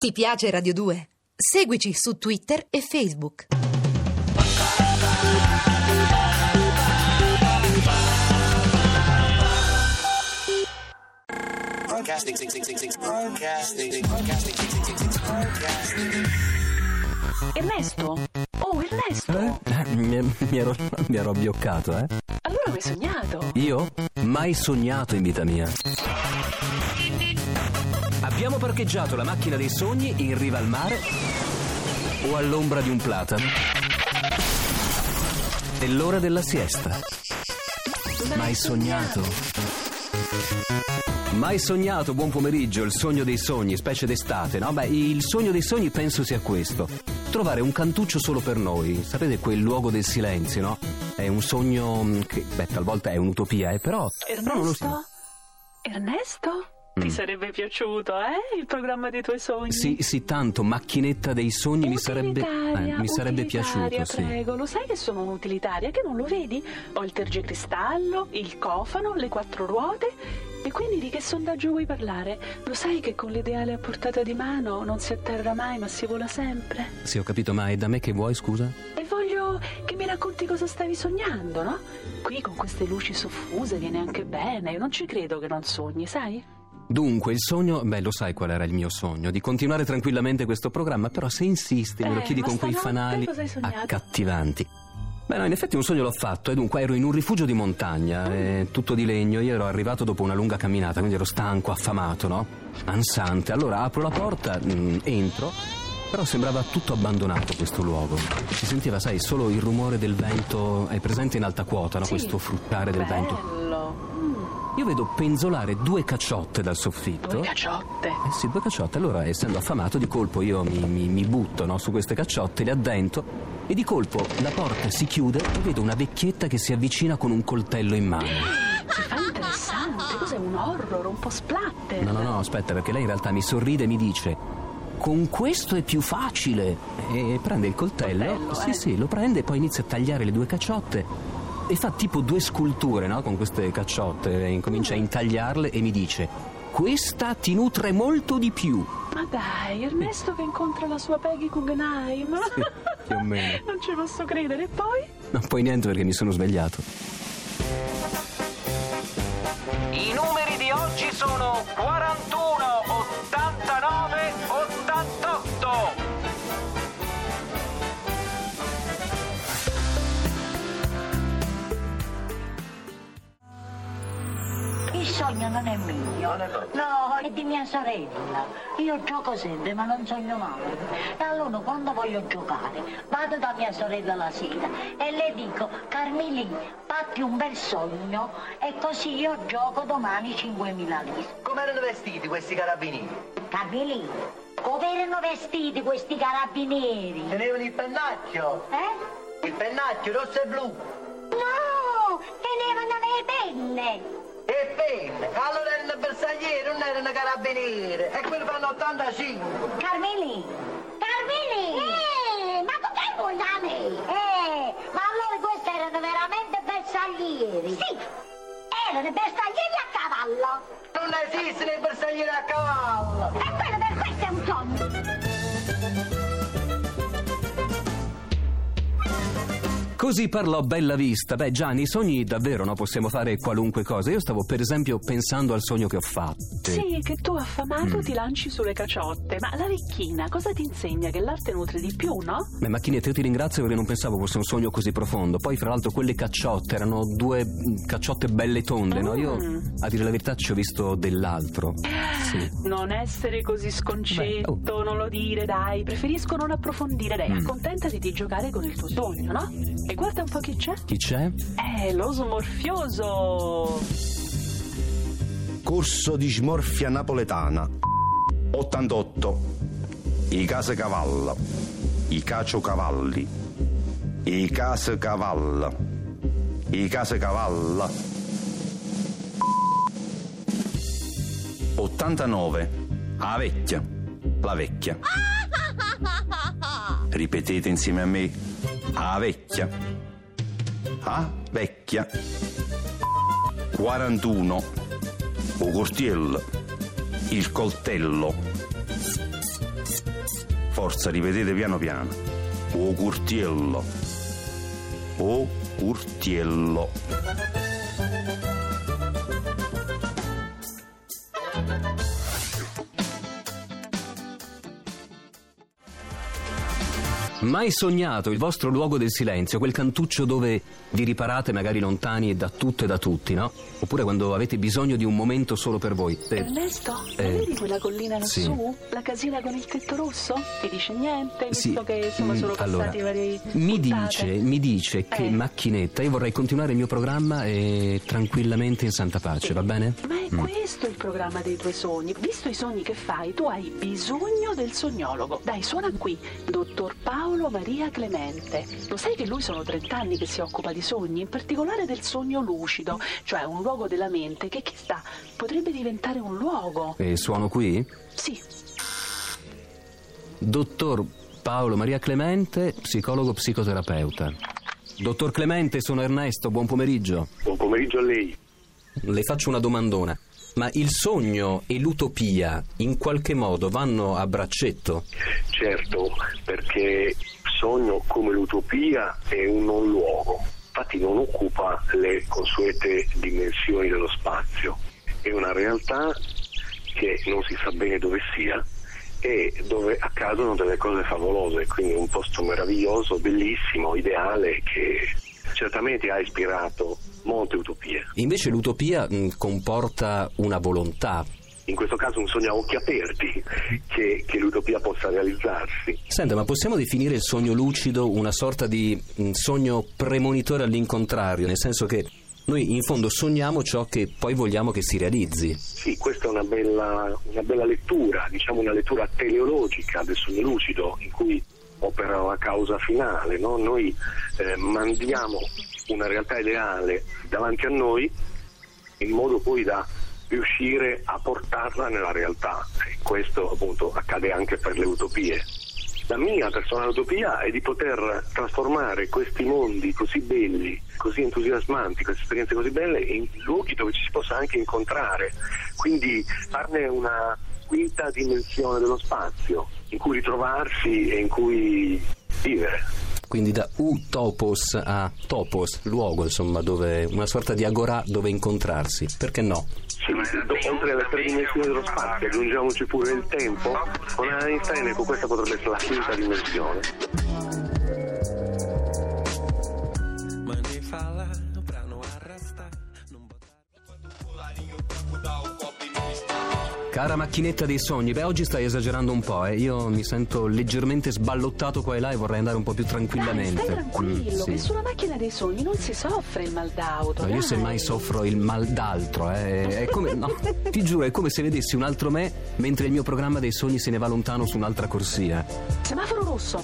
Ti piace Radio 2? Seguici su Twitter e Facebook. Ernesto? Oh, Ernesto! Mi ero abbioccato, eh? Allora mi hai sognato? Io? Mai sognato in vita mia. Abbiamo parcheggiato la macchina dei sogni in riva al mare o all'ombra di un platano. È l'ora della siesta. Mai sognato? Mai sognato, buon pomeriggio, il sogno dei sogni, specie d'estate, no? Beh, il sogno dei sogni penso sia questo: trovare un cantuccio solo per noi, sapete, quel luogo del silenzio, no? È un sogno che, talvolta è un'utopia, però non lo so. Ernesto? Ti sarebbe piaciuto, il programma dei tuoi sogni? Sì, tanto, macchinetta dei sogni mi sarebbe piaciuto, sì. Prego, lo sai che sono un'utilitaria, che non lo vedi? Ho il tergicristallo, il cofano, le 4 ruote. E quindi di che sondaggio vuoi parlare? Lo sai che con l'ideale a portata di mano non si atterra mai, ma si vola sempre? Sì, ho capito, ma è da me che vuoi, scusa? E voglio che mi racconti cosa stavi sognando, no? Qui con queste luci soffuse viene anche bene, io non ci credo che non sogni, sai? Dunque, il sogno, lo sai qual era il mio sogno? Di continuare tranquillamente questo programma, però se insisti me lo chiedi con quei fanali accattivanti. No, in effetti un sogno l'ho fatto, e dunque ero in un rifugio di montagna, tutto di legno. Io ero arrivato dopo una lunga camminata, quindi ero stanco, affamato, no? Ansante. Allora apro la porta, entro, però sembrava tutto abbandonato questo luogo. Si sentiva, sai, solo il rumore del vento, hai presente in alta quota, no? Sì, questo fruttare del vento. Io vedo penzolare 2 cacciotte dal soffitto. 2 cacciotte? Sì, 2 cacciotte. Allora, essendo affamato, di colpo io mi butto, no, su queste cacciotte, le addento, e di colpo la porta si chiude e vedo una vecchietta che si avvicina con un coltello in mano. Si fa interessante. Cos'è, un horror, un po' splatter? No, aspetta, perché lei in realtà mi sorride e mi dice: con questo è più facile. E prende il coltello. Sì, lo prende e poi inizia a tagliare le 2 cacciotte. E fa tipo 2 sculture, no? Con queste cacciotte, incomincia a intagliarle e mi dice: questa ti nutre molto di più. Ma dai, Ernesto che incontra la sua Peggy Guggenheim. Sì, più o meno. Non ci posso credere, e poi? No, poi niente, perché mi sono svegliato. I numeri di oggi sono 41, 89, 88. Il sogno non è mio, no, è di mia sorella. Io gioco sempre, ma non sogno mai. E allora quando voglio giocare, vado da mia sorella la sera e le dico: Carmeli, fatti un bel sogno e così io gioco domani 5.000 lire. Come erano vestiti questi carabinieri? Carmeli, come erano vestiti questi carabinieri? Tenevano il pennacchio? Il pennacchio rosso e blu. No, tenevano le penne. E penne? Allora erano bersaglieri, non erano carabinieri. E quelli fanno 85. Carmeli! Ma che vuoi da me? Ma allora questi erano veramente bersaglieri. Sì, erano bersaglieri a cavallo. Non esistono i bersaglieri a cavallo. E quello per questo è un sogno. Così parlò Bellavista. Già, nei sogni davvero, no, possiamo fare qualunque cosa. Io stavo per esempio pensando al sogno che ho fatto. Sì, che tu affamato ti lanci sulle cacciotte. Ma la vecchina cosa ti insegna? Che l'arte nutre di più, no? Macchinetta, io ti ringrazio perché non pensavo fosse un sogno così profondo. Poi, fra l'altro, quelle cacciotte erano 2 cacciotte belle tonde, no? Io, a dire la verità, ci ho visto dell'altro. Sì. Non essere così sconcetto, non lo dire, dai. Preferisco non approfondire. Dai, accontentati di giocare con il tuo sogno, no? E guarda un po' chi c'è. Chi c'è? Lo smorfioso. Corso di smorfia napoletana 88. I casacavallo, i caciocavalli, i casacavalla, i casacavalla. 89. La vecchia. Ripetete insieme a me: la vecchia. 41. O cortiello, il coltello. Forza, ripetete piano piano. O Curtiello. O Curtiello. Mai sognato il vostro luogo del silenzio, quel cantuccio dove vi riparate magari lontani da tutto e da tutti, no? Oppure quando avete bisogno di un momento solo per voi. Ernesto, vedi quella collina lassù? Sì. La casina con il tetto rosso? Ti dice niente? Sì. Visto che sono solo passati vari mi dice che macchinetta, io vorrei continuare il mio programma tranquillamente in santa pace, va bene? Ma è questo il programma dei tuoi sogni. Visto i sogni che fai, tu hai bisogno del sognologo. Dai, suona qui, dottor Paolo Maria Clemente. Lo sai che lui sono 30 anni che si occupa di sogni, in particolare del sogno lucido, cioè un luogo della mente che chissà potrebbe diventare un luogo. E suono qui? Sì. Dottor Paolo Maria Clemente, psicologo psicoterapeuta. Dottor Clemente, sono Ernesto, buon pomeriggio. Buon pomeriggio a lei. Le faccio una domandona. Ma il sogno e l'utopia in qualche modo vanno a braccetto? Certo, perché il sogno come l'utopia è un non luogo, infatti non occupa le consuete dimensioni dello spazio, è una realtà che non si sa bene dove sia e dove accadono delle cose favolose, quindi un posto meraviglioso, bellissimo, ideale, che certamente ha ispirato molte utopie. Invece l'utopia comporta una volontà. In questo caso un sogno a occhi aperti che l'utopia possa realizzarsi. Senta, ma possiamo definire il sogno lucido una sorta di sogno premonitore all'incontrario, nel senso che noi in fondo sogniamo ciò che poi vogliamo che si realizzi? Sì, questa è una bella lettura, diciamo una lettura teleologica del sogno lucido, in cui opera la causa finale, no? Noi mandiamo una realtà ideale davanti a noi in modo poi da riuscire a portarla nella realtà, e questo appunto accade anche per le utopie. La mia personale utopia è di poter trasformare questi mondi così belli, così entusiasmanti, queste esperienze così belle in luoghi dove ci si possa anche incontrare, quindi farne una quinta dimensione dello spazio in cui ritrovarsi e in cui vivere. Quindi da utopos a topos, luogo insomma, dove una sorta di agorà dove incontrarsi, perché no? Sì, oltre alle tre dimensioni dello spazio aggiungiamoci pure il tempo, con Einstein, ecco, questa potrebbe essere la quinta dimensione. Cara macchinetta dei sogni, oggi stai esagerando un po', Io mi sento leggermente sballottato qua e là e vorrei andare un po' più tranquillamente. Stai tranquillo, sì. Che sulla macchina dei sogni non si soffre il mal d'auto. No, io semmai soffro il mal d'altro, È come, no, ti giuro, è come se vedessi un altro me mentre il mio programma dei sogni se ne va lontano su un'altra corsia. Semaforo rosso.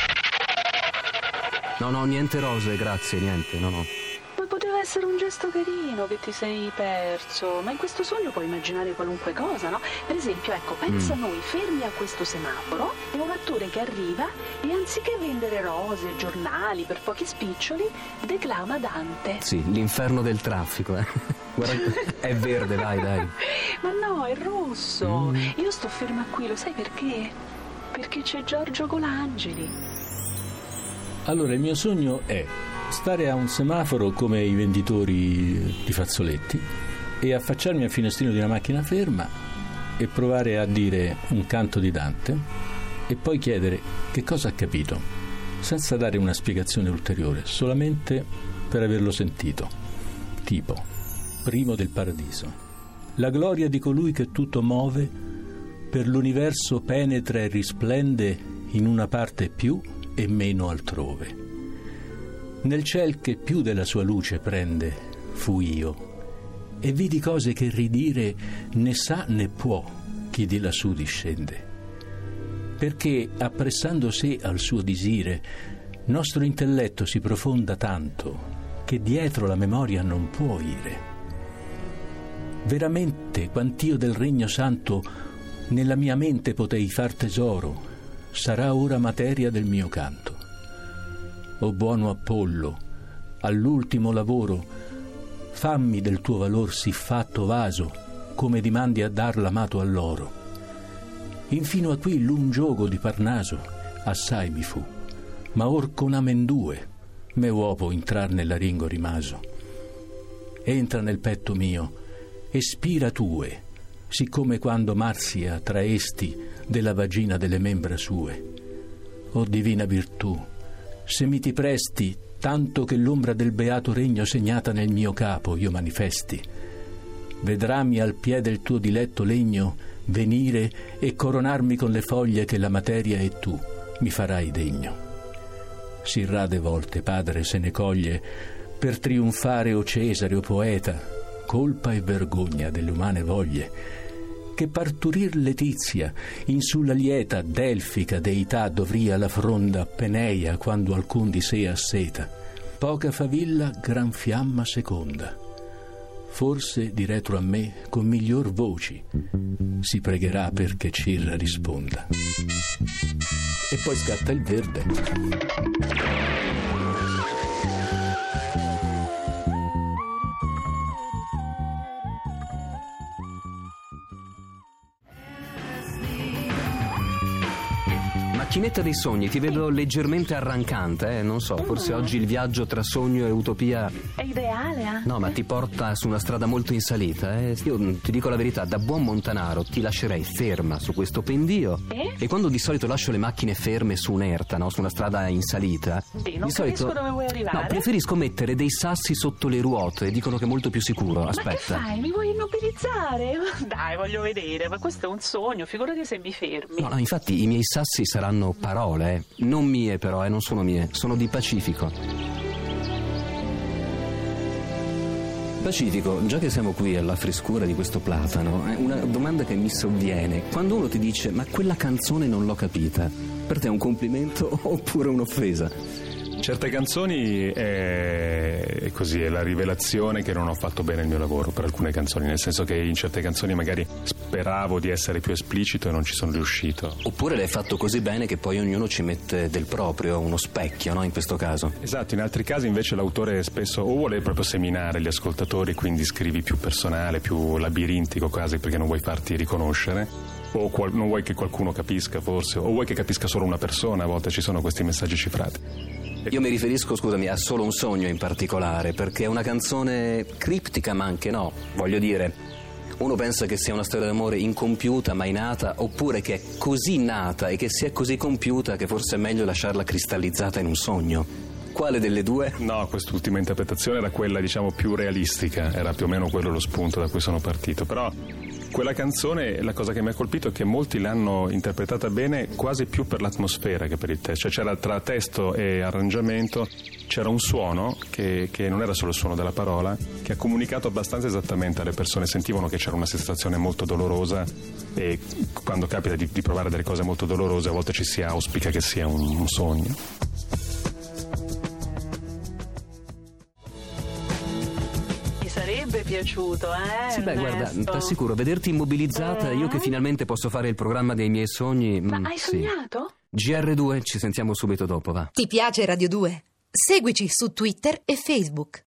No, niente rose, grazie, niente, no. Poteva essere un gesto carino che ti sei perso, ma in questo sogno puoi immaginare qualunque cosa, no? Per esempio, ecco, pensa a noi fermi a questo semaforo e un attore che arriva e anziché vendere rose, giornali per pochi spiccioli, declama Dante. Sì, l'inferno del traffico, Guarda, è verde, dai. Ma no, è rosso. Io sto ferma qui, lo sai perché? Perché c'è Giorgio Colangeli. Allora, il mio sogno è stare a un semaforo come i venditori di fazzoletti e affacciarmi al finestrino di una macchina ferma e provare a dire un canto di Dante e poi chiedere che cosa ha capito, senza dare una spiegazione ulteriore, solamente per averlo sentito. Tipo, primo del paradiso. La gloria di colui che tutto muove, per l'universo penetra e risplende in una parte più e meno altrove. Nel ciel che più della sua luce prende, fui io, e vidi cose che ridire né sa né può chi di lassù discende. Perché, appressando sé al suo disire, nostro intelletto si profonda tanto che dietro la memoria non può ire. Veramente, quant'io del regno santo nella mia mente potei far tesoro, sarà ora materia del mio canto. O buono Apollo, all'ultimo lavoro, fammi del tuo valor sì fatto vaso, come dimandi a dar l'amato all'oro. Infino a qui l'un giogo di Parnaso assai mi fu, ma or con amendue me uopo intrar nella ringo rimaso. Entra nel petto mio e spira tue, siccome quando Marzia traesti della vagina delle membra sue. O divina virtù, se mi ti presti, tanto che l'ombra del beato regno segnata nel mio capo io manifesti, vedrammi al piede del tuo diletto legno venire e coronarmi con le foglie che la materia e tu mi farai degno. Sì rade volte, padre, se ne coglie per trionfare o Cesare o poeta, colpa e vergogna delle umane voglie, che parturir Letizia in sulla lieta delfica deità dovria la fronda Peneia quando alcun di sé asseta, poca favilla gran fiamma seconda. Forse di retro a me con miglior voci si pregherà perché Cirra risponda. E poi scatta il verde. Macchinetta dei sogni, ti vedo leggermente arrancante, non so, forse oggi il viaggio tra sogno e utopia è ideale anche. No, ma ti porta su una strada molto in salita. Io ti dico la verità, da buon montanaro ti lascerei ferma su questo pendio e quando di solito lascio le macchine ferme su un'erta, no, su una strada in salita, sì, non di solito dove vuoi arrivare. No, preferisco mettere dei sassi sotto le ruote, dicono che è molto più sicuro. Aspetta. Ma che fai? Mi vuoi immobilizzare? Dai, voglio vedere, ma questo è un sogno, figurati se mi fermi. No, infatti i miei sassi saranno parole, non mie però, non sono mie, sono di Pacifico. Pacifico, già che siamo qui alla frescura di questo platano, una domanda che mi sovviene. Quando uno ti dice ma quella canzone non l'ho capita, per te è un complimento oppure un'offesa? Certe canzoni è così, è la rivelazione che non ho fatto bene il mio lavoro per alcune canzoni, nel senso che in certe canzoni magari speravo di essere più esplicito e non ci sono riuscito. Oppure l'hai fatto così bene che poi ognuno ci mette del proprio, uno specchio, no? In questo caso. Esatto, in altri casi invece l'autore spesso o vuole proprio seminare gli ascoltatori, quindi scrivi più personale, più labirintico quasi perché non vuoi farti riconoscere, o non vuoi che qualcuno capisca forse, o vuoi che capisca solo una persona, a volte ci sono questi messaggi cifrati. Io mi riferisco, scusami, a Solo un sogno in particolare, perché è una canzone criptica ma anche no, voglio dire, uno pensa che sia una storia d'amore incompiuta, mai nata, oppure che è così nata e che si è così compiuta che forse è meglio lasciarla cristallizzata in un sogno. Quale delle due? No, quest'ultima interpretazione era quella, diciamo, più realistica, era più o meno quello lo spunto da cui sono partito, però quella canzone, la cosa che mi ha colpito è che molti l'hanno interpretata bene quasi più per l'atmosfera che per il testo, cioè c'era tra testo e arrangiamento c'era un suono che non era solo il suono della parola, che ha comunicato abbastanza esattamente alle persone, sentivano che c'era una sensazione molto dolorosa e quando capita di provare delle cose molto dolorose a volte ci si auspica che sia un sogno. Sarebbe piaciuto, Sì, beh, guarda, ti assicuro, vederti immobilizzata, io che finalmente posso fare il programma dei miei sogni. Ma hai sognato? GR2, ci sentiamo subito dopo, va. Ti piace Radio 2? Seguici su Twitter e Facebook.